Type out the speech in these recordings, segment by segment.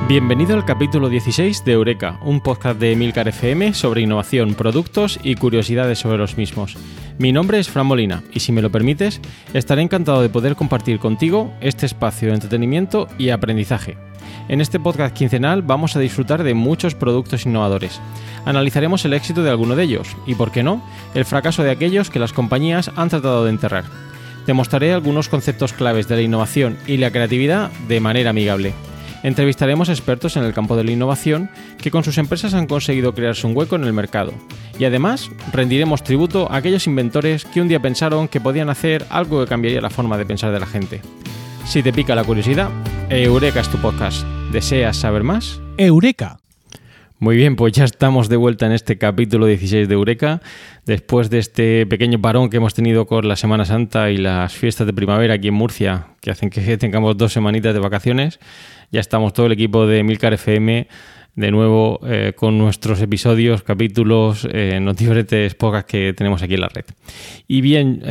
Bienvenido al capítulo 16 de Eureka, un podcast de Emilcar FM sobre innovación, productos y curiosidades sobre los mismos. Mi nombre es Fran Molina y si me lo permites, estaré encantado de poder compartir contigo este espacio de entretenimiento y aprendizaje. En este podcast quincenal vamos a disfrutar de muchos productos innovadores. Analizaremos el éxito de alguno de ellos y, por qué no, el fracaso de aquellos que las compañías han tratado de enterrar. Te mostraré algunos conceptos claves de la innovación y la creatividad de manera amigable. Entrevistaremos a expertos en el campo de la innovación que con sus empresas han conseguido crearse un hueco en el mercado. Y además, rendiremos tributo a aquellos inventores que un día pensaron que podían hacer algo que cambiaría la forma de pensar de la gente. Si te pica la curiosidad, Eureka es tu podcast. ¿Deseas saber más? ¡Eureka! Muy bien, pues ya estamos de vuelta en este capítulo 16 de Eureka. Después de este pequeño parón que hemos tenido con la Semana Santa y las fiestas de primavera aquí en Murcia, que hacen que tengamos 2 semanitas de vacaciones, ya estamos todo el equipo de Emilcar FM de nuevo con nuestros episodios, capítulos, los diferentes podcasts que tenemos aquí en la red. Y bien,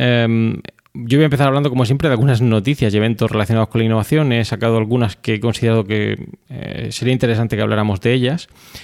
yo voy a empezar hablando, como siempre, de algunas noticias y eventos relacionados con la innovación. He sacado algunas que he considerado que sería interesante que habláramos de ellas,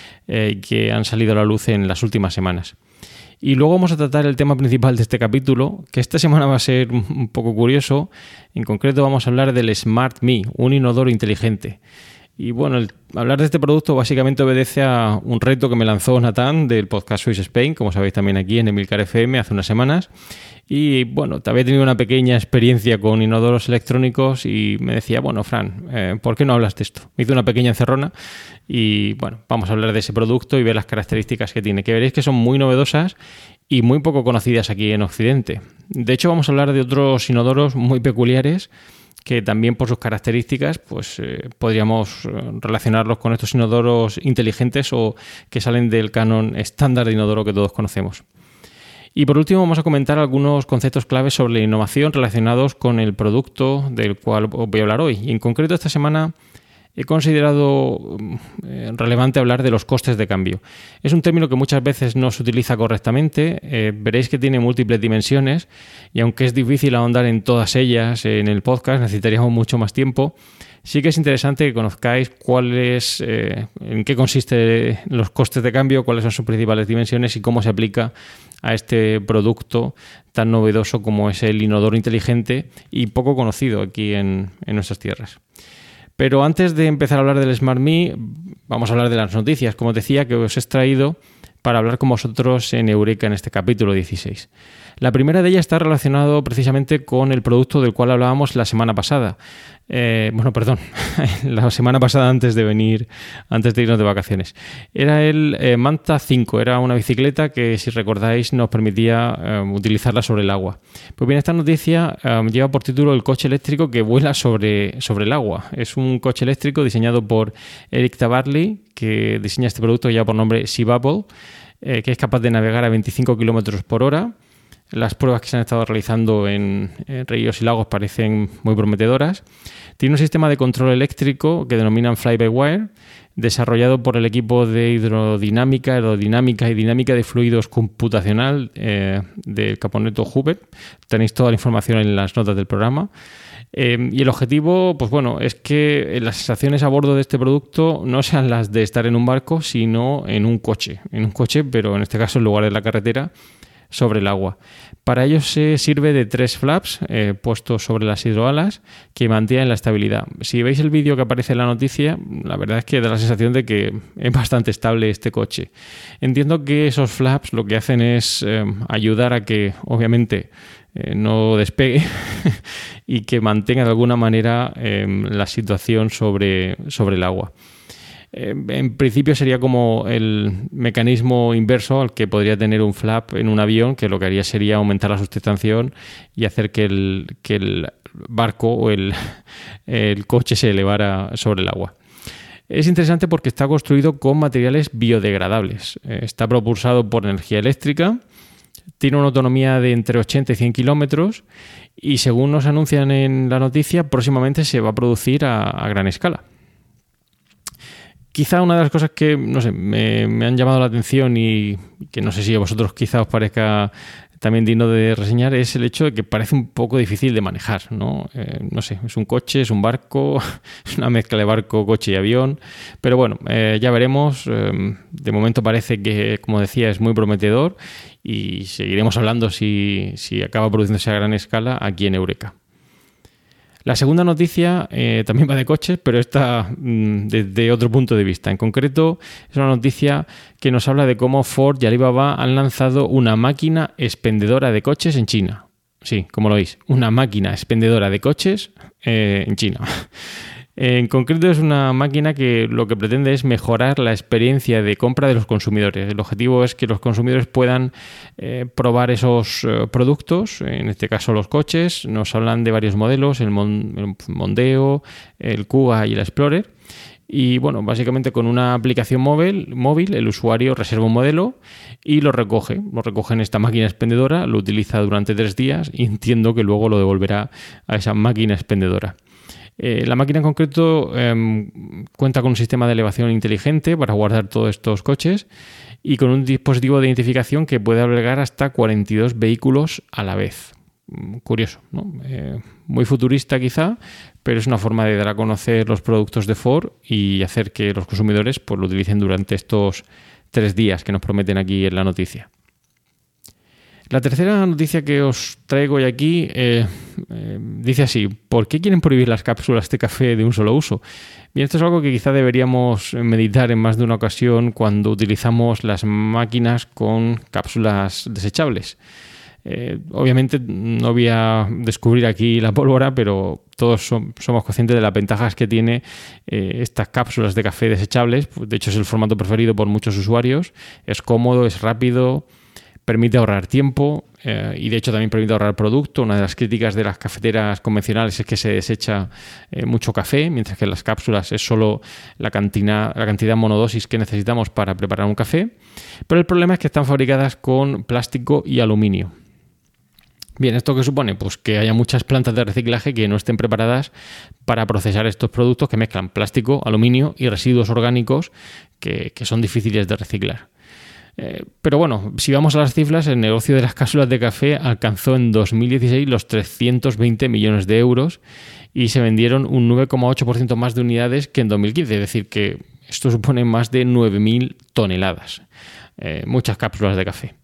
que han salido a la luz en las últimas semanas. Y luego vamos a tratar el tema principal de este capítulo, que esta semana va a ser un poco curioso. En concreto vamos a hablar del Smart Me, un inodoro inteligente. Y bueno, hablar de este producto básicamente obedece a un reto que me lanzó Natán del podcast Swiss Spain, como sabéis también aquí en Emilcar FM hace unas semanas. Y bueno, había tenido una pequeña experiencia con inodoros electrónicos y me decía, bueno, Fran, ¿por qué no hablas de esto? Me hizo una pequeña encerrona y bueno, vamos a hablar de ese producto y ver las características que tiene, que veréis que son muy novedosas y muy poco conocidas aquí en Occidente. De hecho, vamos a hablar de otros inodoros muy peculiares que también por sus características pues podríamos relacionarlos con estos inodoros inteligentes o que salen del canon estándar de inodoro que todos conocemos. Y por último vamos a comentar algunos conceptos claves sobre la innovación relacionados con el producto del cual os voy a hablar hoy. Y en concreto esta semana he considerado relevante hablar de los costes de cambio. Es un término que muchas veces no se utiliza correctamente. Veréis que tiene múltiples dimensiones y aunque es difícil ahondar en todas ellas en el podcast, necesitaríamos mucho más tiempo. Sí que es interesante que conozcáis en qué consisten los costes de cambio, cuáles son sus principales dimensiones y cómo se aplica a este producto tan novedoso como es el inodoro inteligente y poco conocido aquí en nuestras tierras. Pero antes de empezar a hablar del Smart Me, vamos a hablar de las noticias, como os decía, que os he traído para hablar con vosotros en Eureka en este capítulo 16. La primera de ellas está relacionada precisamente con el producto del cual hablábamos la semana pasada. La semana pasada antes de irnos de vacaciones. Era el Manta 5, era una bicicleta que, si recordáis, nos permitía utilizarla sobre el agua. Pues bien, esta noticia lleva por título el coche eléctrico que vuela sobre el agua. Es un coche eléctrico diseñado por Eric Tabarly, que diseña este producto ya por nombre Sea Bubble, que es capaz de navegar a 25 km por hora. Las pruebas que se han estado realizando en ríos y lagos parecen muy prometedoras. Tiene un sistema de control eléctrico que denominan Fly-by-Wire, desarrollado por el equipo de hidrodinámica, aerodinámica y dinámica de fluidos computacional del Caponeto Hubert. Tenéis toda la información en las notas del programa. Y el objetivo, pues bueno, es que las sensaciones a bordo de este producto no sean las de estar en un barco, sino en un coche, pero en este caso en lugar de la carretera, sobre el agua. Para ello se sirve de 3 flaps puestos sobre las hidroalas que mantienen la estabilidad. Si veis el vídeo que aparece en la noticia, la verdad es que da la sensación de que es bastante estable este coche. Entiendo que esos flaps lo que hacen es ayudar a que, obviamente, no despegue y que mantenga de alguna manera la situación sobre el agua. En principio sería como el mecanismo inverso al que podría tener un flap en un avión, que lo que haría sería aumentar la sustentación y hacer que el barco o el coche se elevara sobre el agua. Es interesante porque está construido con materiales biodegradables. Está propulsado por energía eléctrica, tiene una autonomía de entre 80 y 100 kilómetros y, según nos anuncian en la noticia, próximamente se va a producir a gran escala. Quizá una de las cosas que, no sé, me han llamado la atención y que no sé si a vosotros quizá os parezca también digno de reseñar es el hecho de que parece un poco difícil de manejar, ¿no? No sé, es un coche, es un barco, es una mezcla de barco, coche y avión, pero bueno, ya veremos. De momento parece que, como decía, es muy prometedor y seguiremos hablando si acaba produciéndose a gran escala aquí en Eureka. La segunda noticia también va de coches, pero está desde otro punto de vista. En concreto, es una noticia que nos habla de cómo Ford y Alibaba han lanzado una máquina expendedora de coches en China. Sí, como lo oís, una máquina expendedora de coches en China. En concreto es una máquina que lo que pretende es mejorar la experiencia de compra de los consumidores. El objetivo es que los consumidores puedan probar esos productos, en este caso los coches. Nos hablan de varios modelos, el Mondeo, el Kuga y el Explorer. Y bueno, básicamente con una aplicación móvil el usuario reserva un modelo y lo recoge en esta máquina expendedora, lo utiliza durante 3 días y entiendo que luego lo devolverá a esa máquina expendedora. La máquina en concreto cuenta con un sistema de elevación inteligente para guardar todos estos coches y con un dispositivo de identificación que puede albergar hasta 42 vehículos a la vez. Curioso, ¿no? Muy futurista quizá, pero es una forma de dar a conocer los productos de Ford y hacer que los consumidores pues, lo utilicen durante estos 3 días que nos prometen aquí en la noticia. La tercera noticia que os traigo hoy aquí dice así: ¿por qué quieren prohibir las cápsulas de café de un solo uso? Bien, esto es algo que quizá deberíamos meditar en más de una ocasión cuando utilizamos las máquinas con cápsulas desechables. Obviamente no voy a descubrir aquí la pólvora, pero todos somos conscientes de las ventajas que tiene estas cápsulas de café desechables. De hecho, es el formato preferido por muchos usuarios. Es cómodo, es rápido, permite ahorrar tiempo y de hecho también permite ahorrar producto. Una de las críticas de las cafeteras convencionales es que se desecha mucho café, mientras que en las cápsulas es solo la cantidad monodosis que necesitamos para preparar un café. Pero el problema es que están fabricadas con plástico y aluminio. Bien, ¿esto qué supone? Pues que haya muchas plantas de reciclaje que no estén preparadas para procesar estos productos que mezclan plástico, aluminio y residuos orgánicos que son difíciles de reciclar. Pero bueno, si vamos a las cifras, el negocio de las cápsulas de café alcanzó en 2016 los 320 millones de euros y se vendieron un 9,8% más de unidades que en 2015. Es decir, que esto supone más de 9.000 toneladas. Muchas cápsulas de café.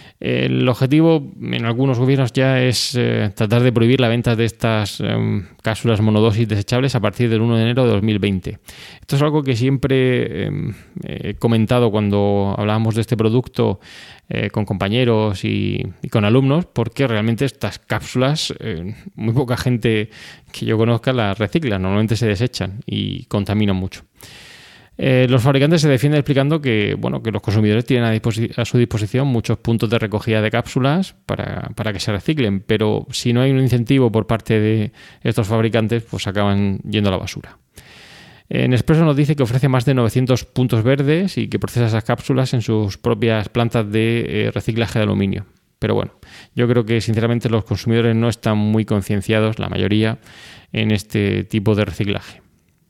El objetivo en algunos gobiernos ya es tratar de prohibir la venta de estas cápsulas monodosis desechables a partir del 1 de enero de 2020. Esto es algo que siempre he comentado cuando hablábamos de este producto con compañeros y con alumnos, porque realmente estas cápsulas muy poca gente que yo conozca las recicla, normalmente se desechan y contaminan mucho. Los fabricantes se defienden explicando que los consumidores tienen a su disposición muchos puntos de recogida de cápsulas para que se reciclen, pero si no hay un incentivo por parte de estos fabricantes, pues acaban yendo a la basura. Nespresso nos dice que ofrece más de 900 puntos verdes y que procesa esas cápsulas en sus propias plantas de reciclaje de aluminio. Pero bueno, yo creo que sinceramente los consumidores no están muy concienciados, la mayoría, en este tipo de reciclaje.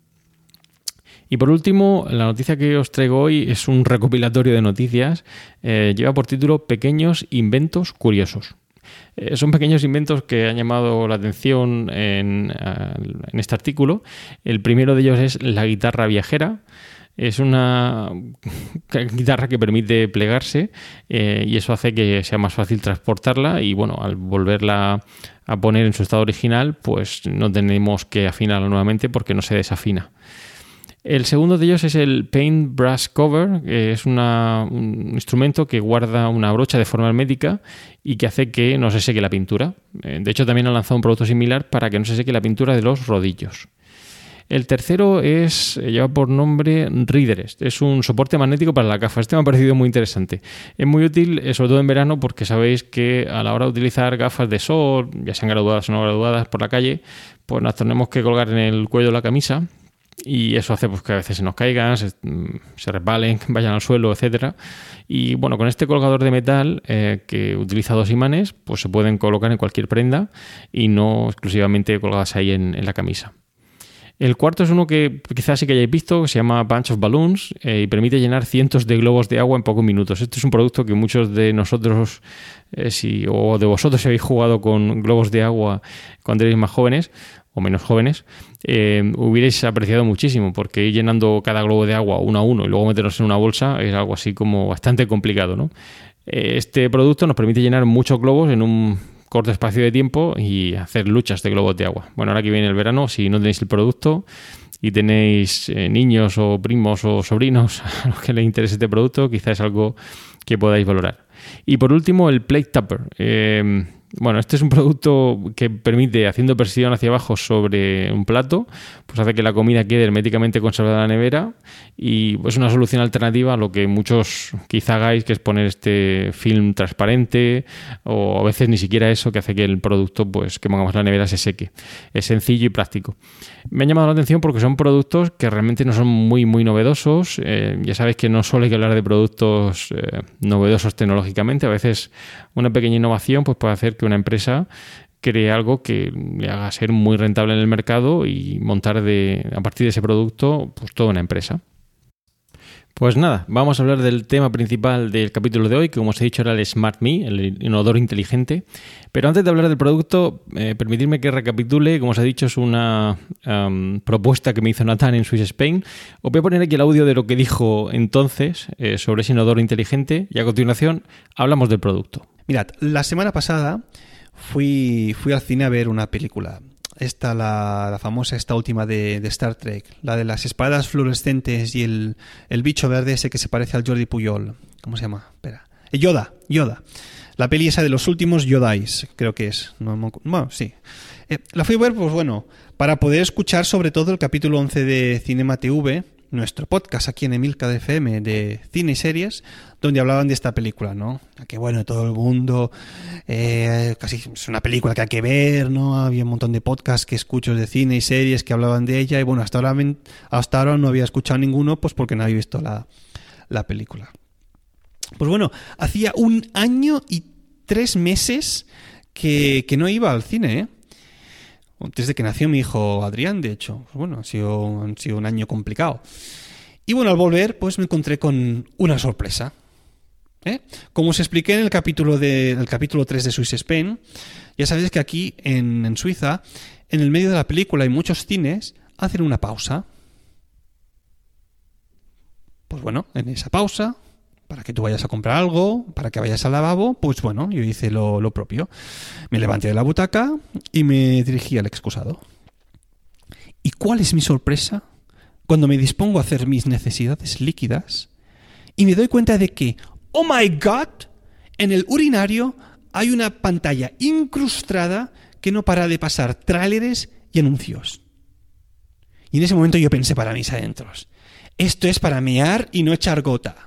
Y por último, la noticia que os traigo hoy es un recopilatorio de noticias. Lleva por título Pequeños inventos curiosos. Son pequeños inventos que han llamado la atención en este artículo. El primero de ellos es la guitarra viajera. Es una guitarra que permite plegarse y eso hace que sea más fácil transportarla y bueno, al volverla a poner en su estado original, pues no tenemos que afinarla nuevamente porque no se desafina. El segundo de ellos es el Paintbrush Cover, que es un instrumento que guarda una brocha de forma hermética y que hace que no se seque la pintura. De hecho, también han lanzado un producto similar para que no se seque la pintura de los rodillos. El tercero lleva por nombre Readerest. Es un soporte magnético para la gafas. Este me ha parecido muy interesante. Es muy útil, sobre todo en verano, porque sabéis que a la hora de utilizar gafas de sol, ya sean graduadas o no graduadas por la calle, pues las tenemos que colgar en el cuello de la camisa. Y eso hace pues, que a veces se nos caigan, se resbalen, vayan al suelo, etcétera. Y bueno, con este colgador de metal que utiliza 2 imanes, pues se pueden colocar en cualquier prenda y no exclusivamente colgadas ahí en la camisa. El cuarto es uno que quizás sí que hayáis visto, que se llama Bunch of Balloons y permite llenar cientos de globos de agua en pocos minutos. Este es un producto que muchos de nosotros, o de vosotros, si habéis jugado con globos de agua cuando erais más jóvenes o menos jóvenes, hubierais apreciado muchísimo, porque ir llenando cada globo de agua uno a uno y luego meterlos en una bolsa es algo así como bastante complicado, ¿no? Este producto nos permite llenar muchos globos en un corto espacio de tiempo y hacer luchas de globos de agua. Bueno, ahora que viene el verano, si no tenéis el producto y tenéis niños o primos o sobrinos a los que les interese este producto, quizás es algo que podáis valorar. Y por último, el Plate Tupper. Bueno, este es un producto que permite, haciendo presión hacia abajo sobre un plato, pues hace que la comida quede herméticamente conservada en la nevera, y es una solución alternativa a lo que muchos quizá hagáis, que es poner este film transparente, o a veces ni siquiera eso, que hace que el producto pues que pongamos en la nevera se seque. Es sencillo y práctico. Me han llamado la atención porque son productos que realmente no son muy novedosos. Ya sabéis que no solo hay que hablar de productos novedosos tecnológicamente. A veces una pequeña innovación pues puede hacer que una empresa cree algo que le haga ser muy rentable en el mercado y montar a partir de ese producto pues toda una empresa. Pues nada, vamos a hablar del tema principal del capítulo de hoy, que como os he dicho era el Smart Me, el inodoro inteligente. Pero antes de hablar del producto, permitidme que recapitule. Como os he dicho, es una propuesta que me hizo Nathan en Swiss Spain. Os voy a poner aquí el audio de lo que dijo entonces sobre ese inodoro inteligente, y a continuación hablamos del producto. Mirad, la semana pasada fui al cine a ver una película. La famosa, esta última de Star Trek, la de las espadas fluorescentes y el bicho verde ese que se parece al Jordi Puyol. ¿Cómo se llama? Espera. Yoda. La peli esa de los últimos Yodais, creo que es. Bueno, sí. La fui a ver, pues bueno, para poder escuchar sobre todo el capítulo 11 de Cinema TV, nuestro podcast aquí en Emilcar FM de cine y series, donde hablaban de esta película, ¿no? Que bueno, todo el mundo, casi es una película que hay que ver, ¿no? Había un montón de podcasts que escucho de cine y series que hablaban de ella, y bueno, hasta ahora no había escuchado ninguno, pues porque no había visto la película. Pues bueno, hacía 1 año y 3 meses que no iba al cine, ¿eh? Desde que nació mi hijo Adrián, de hecho. Pues bueno, ha sido un año complicado. Y bueno, al volver, pues me encontré con una sorpresa. Como os expliqué en el capítulo 3 de Swiss Spain, ya sabéis que aquí en Suiza, en el medio de la película, y muchos cines hacen una pausa. Pues bueno, en esa pausa, para que tú vayas a comprar algo, para que vayas al lavabo, pues bueno, yo hice lo propio. Me levanté de la butaca y me dirigí al excusado. ¿Y cuál es mi sorpresa cuando me dispongo a hacer mis necesidades líquidas y me doy cuenta de que, ¡oh my God!, en el urinario hay una pantalla incrustada que no para de pasar tráileres y anuncios? Y en ese momento yo pensé para mis adentros: esto es para mear y no echar gota.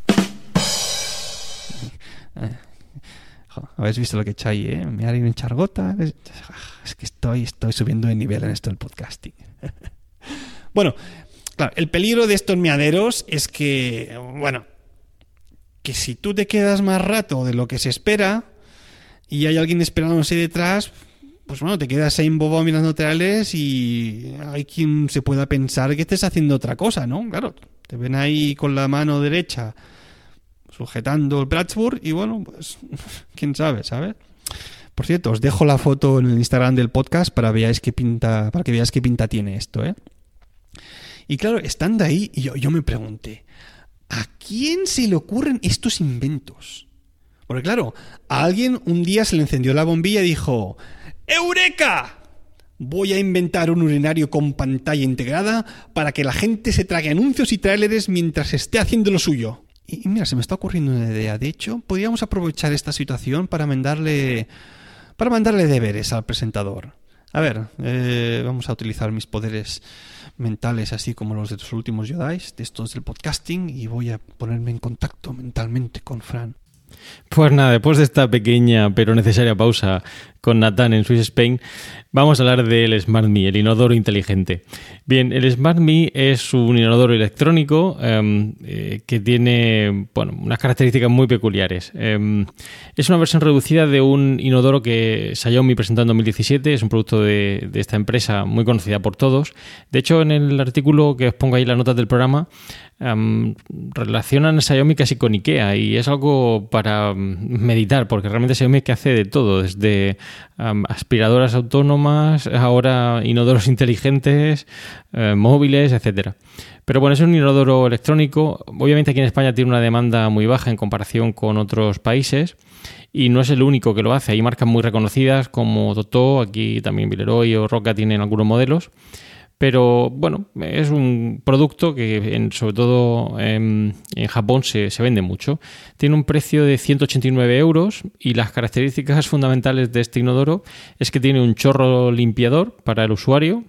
¿Habéis visto lo que he hecho ahí, mear y no echar gota? Es que estoy subiendo de nivel en esto del podcasting. Bueno, claro, el peligro de estos meaderos es que, bueno, que si tú te quedas más rato de lo que se espera y hay alguien esperándose detrás, pues bueno, te quedas ahí embobado mirando trailers y hay quien se pueda pensar que estés haciendo otra cosa, ¿no? Claro, te ven ahí con la mano derecha sujetando el Plattsburgh y bueno, pues quién sabe, ¿sabes? Por cierto, os dejo la foto en el Instagram del podcast para que veáis qué pinta tiene esto, ¿eh? Y claro, estando ahí, yo me pregunté, ¿a quién se le ocurren estos inventos? Porque claro, a alguien un día se le encendió la bombilla y dijo: ¡Eureka! Voy a inventar un urinario con pantalla integrada para que la gente se trague anuncios y tráileres mientras esté haciendo lo suyo. Y mira, se me está ocurriendo una idea. De hecho, podríamos aprovechar esta situación para mandarle deberes al presentador. A ver, vamos a utilizar mis poderes mentales, así como los de los últimos Jodais, de estos del podcasting, y voy a ponerme en contacto mentalmente con Fran. Pues nada, después de esta pequeña pero necesaria pausa con Natán en Swiss Spain, vamos a hablar del SmartMe, el inodoro inteligente. Bien, el SmartMe es un inodoro electrónico que tiene unas características muy peculiares. Es una versión reducida de un inodoro que Xiaomi presentó en 2017, es un producto de esta empresa muy conocida por todos. De hecho, en el artículo que os pongo ahí en las notas del programa, relacionan a Xiaomi casi con IKEA y es algo para meditar, porque realmente Xiaomi es que hace de todo, desde aspiradoras autónomas, ahora inodoros inteligentes, móviles, etcétera. Pero bueno, es un inodoro electrónico. Obviamente aquí en España tiene una demanda muy baja en comparación con otros países y no es el único que lo hace. Hay marcas muy reconocidas como Totó, aquí también Villeroy o Roca tienen algunos modelos. Pero bueno, es un producto que sobre todo en Japón se vende mucho. Tiene un precio de 189 euros y las características fundamentales de este inodoro es que tiene un chorro limpiador para el usuario.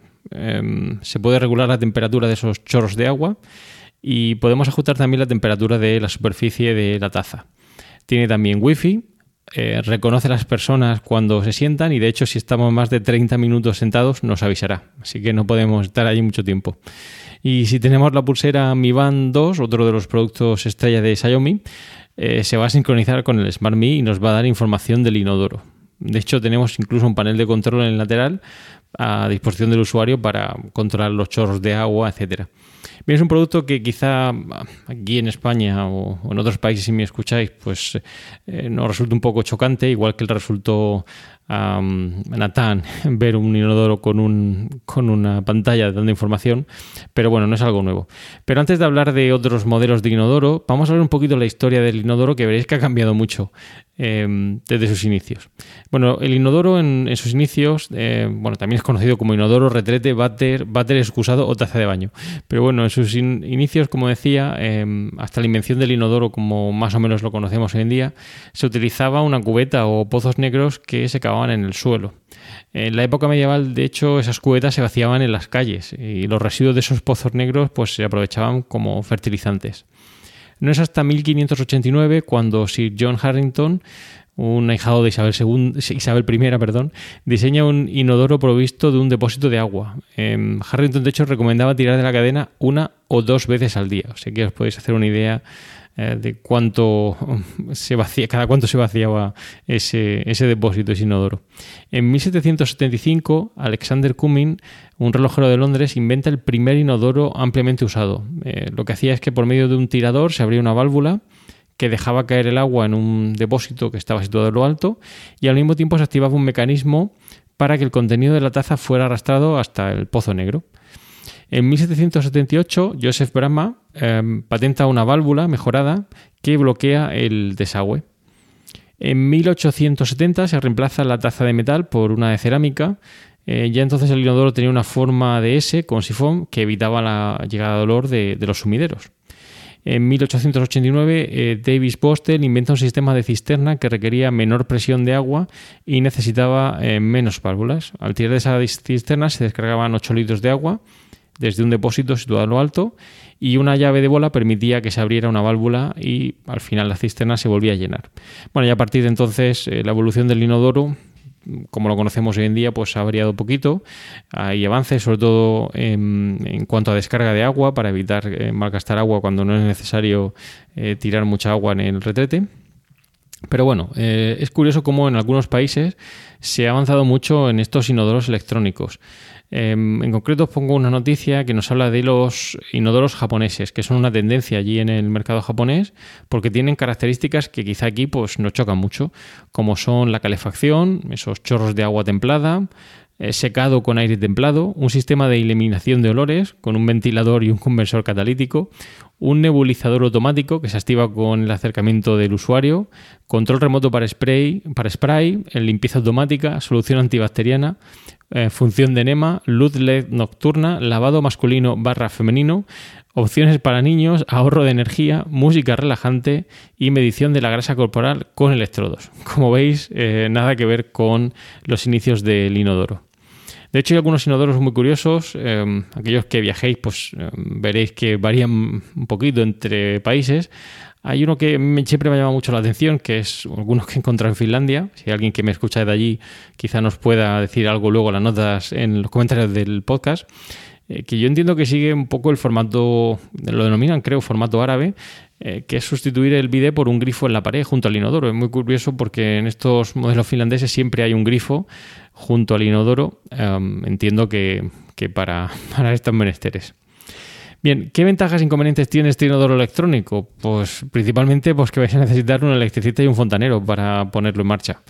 Se puede regular la temperatura de esos chorros de agua y podemos ajustar también la temperatura de la superficie de la taza. Tiene también Wi-Fi. Reconoce a las personas cuando se sientan y de hecho si estamos más de 30 minutos sentados nos avisará, así que no podemos estar allí mucho tiempo. Y si tenemos la pulsera Mi Band 2, otro de los productos estrella de Xiaomi, se va a sincronizar con el SmartMe y nos va a dar información del inodoro. De hecho tenemos incluso un panel de control en el lateral a disposición del usuario para controlar los chorros de agua, etcétera. Bien, es un producto que quizá aquí en España o en otros países, si me escucháis, pues nos resulta un poco chocante, igual que le resultó a Natán ver un inodoro con una pantalla dando información, pero bueno, no es algo nuevo. Pero antes de hablar de otros modelos de inodoro, vamos a ver un poquito la historia del inodoro, que veréis que ha cambiado mucho desde sus inicios. Bueno, el inodoro en sus inicios, también es conocido como inodoro, retrete, váter excusado o taza de baño. Pero bueno, en sus inicios, como decía, hasta la invención del inodoro, como más o menos lo conocemos hoy en día, se utilizaba una cubeta o pozos negros que se cavaban en el suelo. En la época medieval, de hecho, esas cubetas se vaciaban en las calles y los residuos de esos pozos negros pues se aprovechaban como fertilizantes. No es hasta 1589 cuando Sir John Harrington, un ahijado de Isabel I, diseña un inodoro provisto de un depósito de agua. Harrington, de hecho, recomendaba tirar de la cadena 1 o 2 veces al día. O sea que os podéis hacer una idea de cada cuánto se vaciaba ese depósito, ese inodoro. En 1775, Alexander Cumming, un relojero de Londres, inventa el primer inodoro ampliamente usado. Lo que hacía es que por medio de un tirador se abría una válvula que dejaba caer el agua en un depósito que estaba situado en lo alto y al mismo tiempo se activaba un mecanismo para que el contenido de la taza fuera arrastrado hasta el pozo negro. En 1778, Joseph Bramah patenta una válvula mejorada que bloquea el desagüe. En 1870 se reemplaza la taza de metal por una de cerámica. Ya entonces el inodoro tenía una forma de S con sifón que evitaba la llegada de olor de los sumideros. En 1889, Davis Bostel inventa un sistema de cisterna que requería menor presión de agua y necesitaba menos válvulas. Al tirar de esa cisterna se descargaban 8 litros de agua desde un depósito situado en lo alto y una llave de bola permitía que se abriera una válvula y al final la cisterna se volvía a llenar. Bueno, y a partir de entonces la evolución del inodoro, como lo conocemos hoy en día, pues ha variado un poquito. Hay avances, sobre todo en cuanto a descarga de agua, para evitar malgastar agua cuando no es necesario tirar mucha agua en el retrete. Pero bueno, es curioso cómo en algunos países se ha avanzado mucho en estos inodoros electrónicos. En concreto os pongo una noticia que nos habla de los inodoros japoneses, que son una tendencia allí en el mercado japonés porque tienen características que quizá aquí pues nos chocan mucho, como son la calefacción, esos chorros de agua templada, secado con aire templado, un sistema de eliminación de olores con un ventilador y un conversor catalítico, un nebulizador automático que se activa con el acercamiento del usuario, control remoto para spray, limpieza automática, solución antibacteriana, función de enema, luz LED nocturna, lavado masculino / femenino, opciones para niños, ahorro de energía, música relajante y medición de la grasa corporal con electrodos. Como veis, nada que ver con los inicios del inodoro. De hecho, hay algunos inodoros muy curiosos. Aquellos que viajéis, pues veréis que varían un poquito entre países. Hay uno que siempre me ha llamado mucho la atención, que es algunos que he encontrado en Finlandia. Si hay alguien que me escucha de allí, quizá nos pueda decir algo luego en las notas, en los comentarios del podcast. Que yo entiendo que sigue un poco el formato, lo denominan creo formato árabe, que es sustituir el bidet por un grifo en la pared junto al inodoro. Es muy curioso porque en estos modelos finlandeses siempre hay un grifo junto al inodoro, entiendo que para estos menesteres. Bien, ¿qué ventajas e inconvenientes tiene este inodoro electrónico? Pues principalmente pues, que vais a necesitar un electricista y un fontanero para ponerlo en marcha.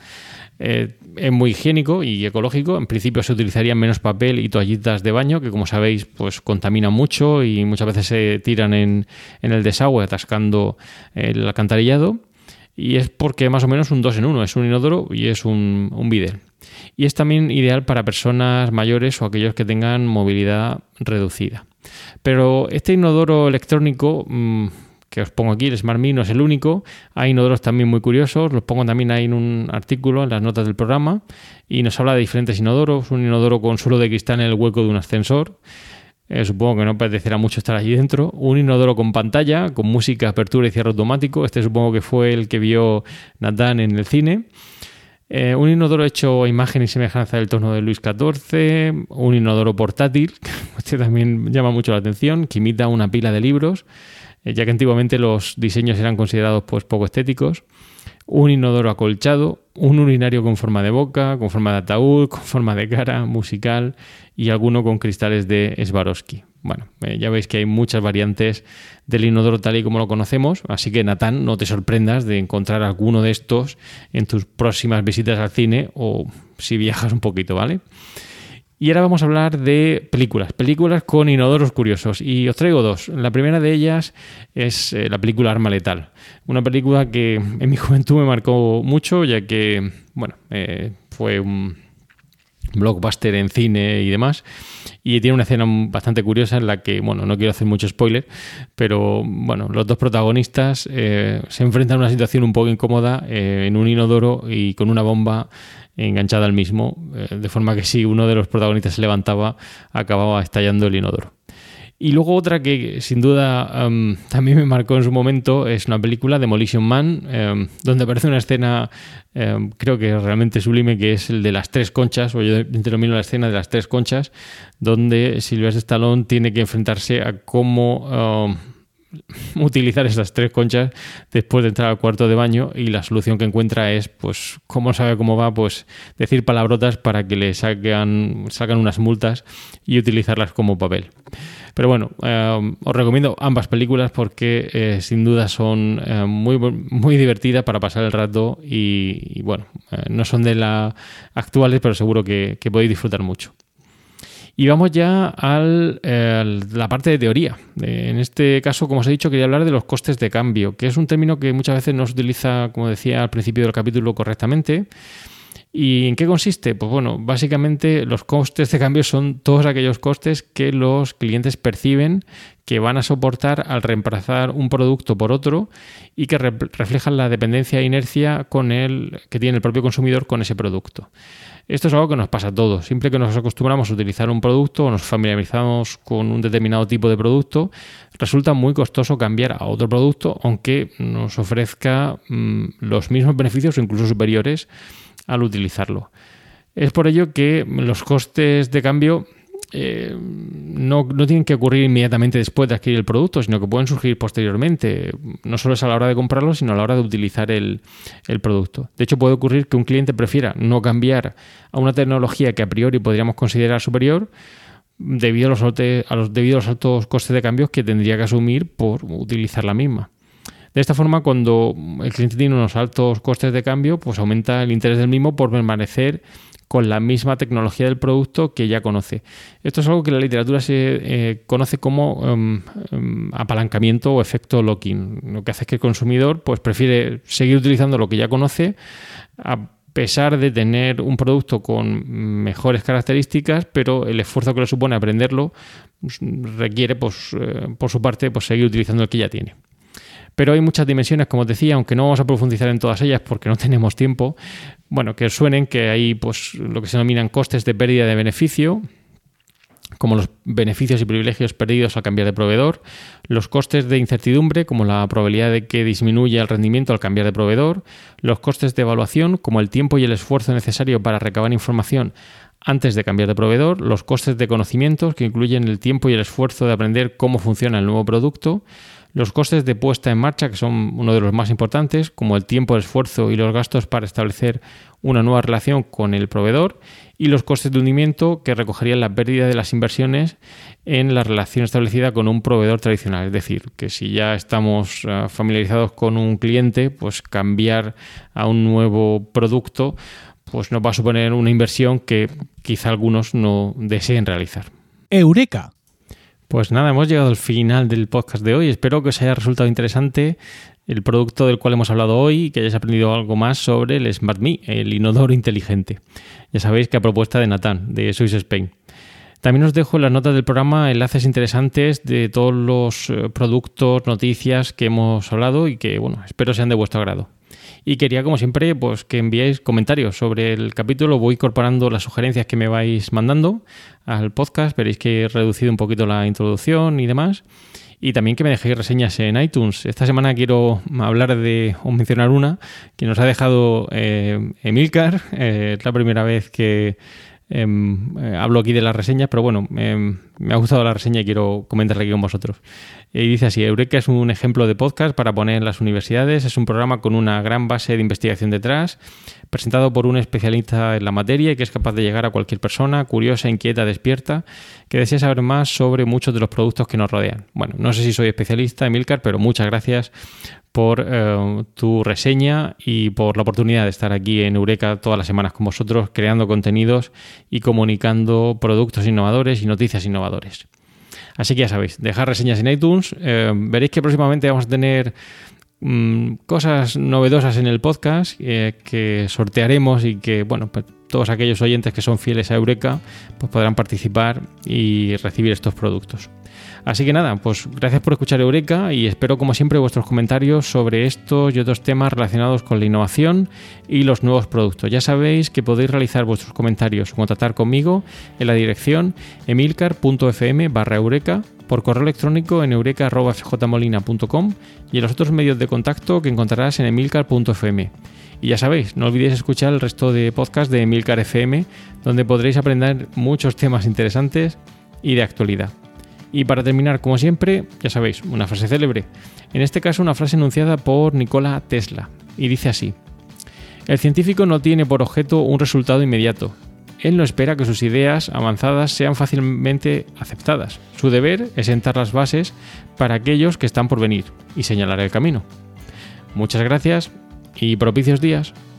Es muy higiénico y ecológico. En principio se utilizarían menos papel y toallitas de baño, que como sabéis pues contaminan mucho y muchas veces se tiran en el desagüe atascando el alcantarillado. Y es porque más o menos un 2 en 1, es un inodoro y es un bidet. Y es también ideal para personas mayores o aquellos que tengan movilidad reducida. Pero este inodoro electrónico que os pongo aquí, el SmartMe, no es el único. Hay inodoros también muy curiosos, los pongo también ahí en un artículo, en las notas del programa, y nos habla de diferentes inodoros. Un inodoro con suelo de cristal en el hueco de un ascensor. Supongo que no apetecerá mucho estar allí dentro. Un inodoro con pantalla, con música, apertura y cierre automático. Este supongo que fue el que vio Natán en el cine. Un inodoro hecho a imagen y semejanza del tono de Luis XIV. Un inodoro portátil, este también llama mucho la atención, que imita una pila de libros, ya que antiguamente los diseños eran considerados pues poco estéticos. Un inodoro acolchado, un urinario con forma de boca, con forma de ataúd, con forma de cara, musical, y alguno con cristales de Swarovski. Bueno, ya veis que hay muchas variantes del inodoro tal y como lo conocemos, así que Natán, no te sorprendas de encontrar alguno de estos en tus próximas visitas al cine o si viajas un poquito, ¿vale? Y ahora vamos a hablar de películas con inodoros curiosos. Y os traigo dos. La primera de ellas es la película Arma Letal. Una película que en mi juventud me marcó mucho, ya que fue un blockbuster en cine y demás. Y tiene una escena bastante curiosa en la que, no quiero hacer mucho spoiler, pero los dos protagonistas se enfrentan a una situación un poco incómoda en un inodoro y con una bomba enganchada al mismo, de forma que si uno de los protagonistas se levantaba, acababa estallando el inodoro. Y luego otra que sin duda también me marcó en su momento es una película, Demolition Man, donde aparece una escena creo que realmente sublime, que es el de las 3 conchas, o yo denomino la escena de las 3 conchas, donde Sylvester Stallone tiene que enfrentarse a cómo utilizar esas 3 conchas después de entrar al cuarto de baño, y la solución que encuentra es, pues, como sabe cómo va, pues decir palabrotas para que le sacan unas multas y utilizarlas como papel. Pero os recomiendo ambas películas porque sin duda son muy, muy divertidas para pasar el rato y no son de las actuales, pero seguro que podéis disfrutar mucho. Y vamos ya a la parte de teoría. En este caso, como os he dicho, quería hablar de los costes de cambio, que es un término que muchas veces no se utiliza, como decía al principio del capítulo, correctamente. ¿Y en qué consiste? Pues básicamente los costes de cambio son todos aquellos costes que los clientes perciben que van a soportar al reemplazar un producto por otro y que reflejan la dependencia e inercia que tiene el propio consumidor con ese producto. Esto es algo que nos pasa a todos. Siempre que nos acostumbramos a utilizar un producto o nos familiarizamos con un determinado tipo de producto, resulta muy costoso cambiar a otro producto, aunque nos ofrezca los mismos beneficios o incluso superiores al utilizarlo. Es por ello que los costes de cambio no tienen que ocurrir inmediatamente después de adquirir el producto, sino que pueden surgir posteriormente. No solo es a la hora de comprarlo, sino a la hora de utilizar el producto. De hecho, puede ocurrir que un cliente prefiera no cambiar a una tecnología que a priori podríamos considerar superior debido a los altos costes de cambio que tendría que asumir por utilizar la misma. De esta forma, cuando el cliente tiene unos altos costes de cambio, pues aumenta el interés del mismo por permanecer con la misma tecnología del producto que ya conoce. Esto es algo que en la literatura se conoce como apalancamiento o efecto lock-in. Lo que hace es que el consumidor pues prefiere seguir utilizando lo que ya conoce, a pesar de tener un producto con mejores características, pero el esfuerzo que le supone aprenderlo requiere, por su parte, seguir utilizando el que ya tiene. Pero hay muchas dimensiones, como os decía, aunque no vamos a profundizar en todas ellas porque no tenemos tiempo. Bueno, que os suenen que hay pues lo que se denominan costes de pérdida de beneficio, como los beneficios y privilegios perdidos al cambiar de proveedor, los costes de incertidumbre, como la probabilidad de que disminuya el rendimiento al cambiar de proveedor, los costes de evaluación, como el tiempo y el esfuerzo necesario para recabar información antes de cambiar de proveedor, los costes de conocimientos, que incluyen el tiempo y el esfuerzo de aprender cómo funciona el nuevo producto, los costes de puesta en marcha, que son uno de los más importantes, como el tiempo, el esfuerzo y los gastos para establecer una nueva relación con el proveedor, y los costes de hundimiento, que recogerían la pérdida de las inversiones en la relación establecida con un proveedor tradicional. Es decir, que si ya estamos familiarizados con un cliente, pues cambiar a un nuevo producto pues nos va a suponer una inversión que quizá algunos no deseen realizar. ¡Eureka! Pues nada, hemos llegado al final del podcast de hoy. Espero que os haya resultado interesante el producto del cual hemos hablado hoy y que hayáis aprendido algo más sobre el SmartMe, el inodoro inteligente. Ya sabéis que a propuesta de Natán, de Swiss Spain. También os dejo en las notas del programa enlaces interesantes de todos los productos, noticias que hemos hablado y que, bueno, espero sean de vuestro agrado. Y quería, como siempre, pues que enviéis comentarios sobre el capítulo. Voy incorporando las sugerencias que me vais mandando al podcast. Veréis que he reducido un poquito la introducción y demás. Y también que me dejéis reseñas en iTunes. Esta semana quiero hablar o mencionar una que nos ha dejado Emilcar. Es la primera vez que hablo aquí de las reseñas, pero bueno, me ha gustado la reseña y quiero comentarla aquí con vosotros. Y dice así: Eureka es un ejemplo de podcast para poner en las universidades. Es un programa con una gran base de investigación detrás, presentado por un especialista en la materia y que es capaz de llegar a cualquier persona curiosa, inquieta, despierta, que desea saber más sobre muchos de los productos que nos rodean. Bueno, no sé si soy especialista, Emilcar, pero muchas gracias por tu reseña y por la oportunidad de estar aquí en Eureka todas las semanas con vosotros, creando contenidos y comunicando productos innovadores y noticias innovadores. Así que ya sabéis, dejad reseñas en iTunes. Veréis que próximamente vamos a tener cosas novedosas en el podcast que sortearemos y que, bueno, pues todos aquellos oyentes que son fieles a Eureka pues podrán participar y recibir estos productos. Así que nada, pues gracias por escuchar Eureka y espero como siempre vuestros comentarios sobre estos y otros temas relacionados con la innovación y los nuevos productos. Ya sabéis que podéis realizar vuestros comentarios o contactar conmigo en la dirección emilcar.fm/eureka, por correo electrónico en eureka@fjmolina.com y en los otros medios de contacto que encontrarás en emilcar.fm. Y ya sabéis, no olvidéis escuchar el resto de podcasts de Emilcar FM, donde podréis aprender muchos temas interesantes y de actualidad. Y para terminar, como siempre, ya sabéis, una frase célebre. En este caso, una frase enunciada por Nikola Tesla. Y dice así: el científico no tiene por objeto un resultado inmediato. Él no espera que sus ideas avanzadas sean fácilmente aceptadas. Su deber es sentar las bases para aquellos que están por venir y señalar el camino. Muchas gracias y propicios días.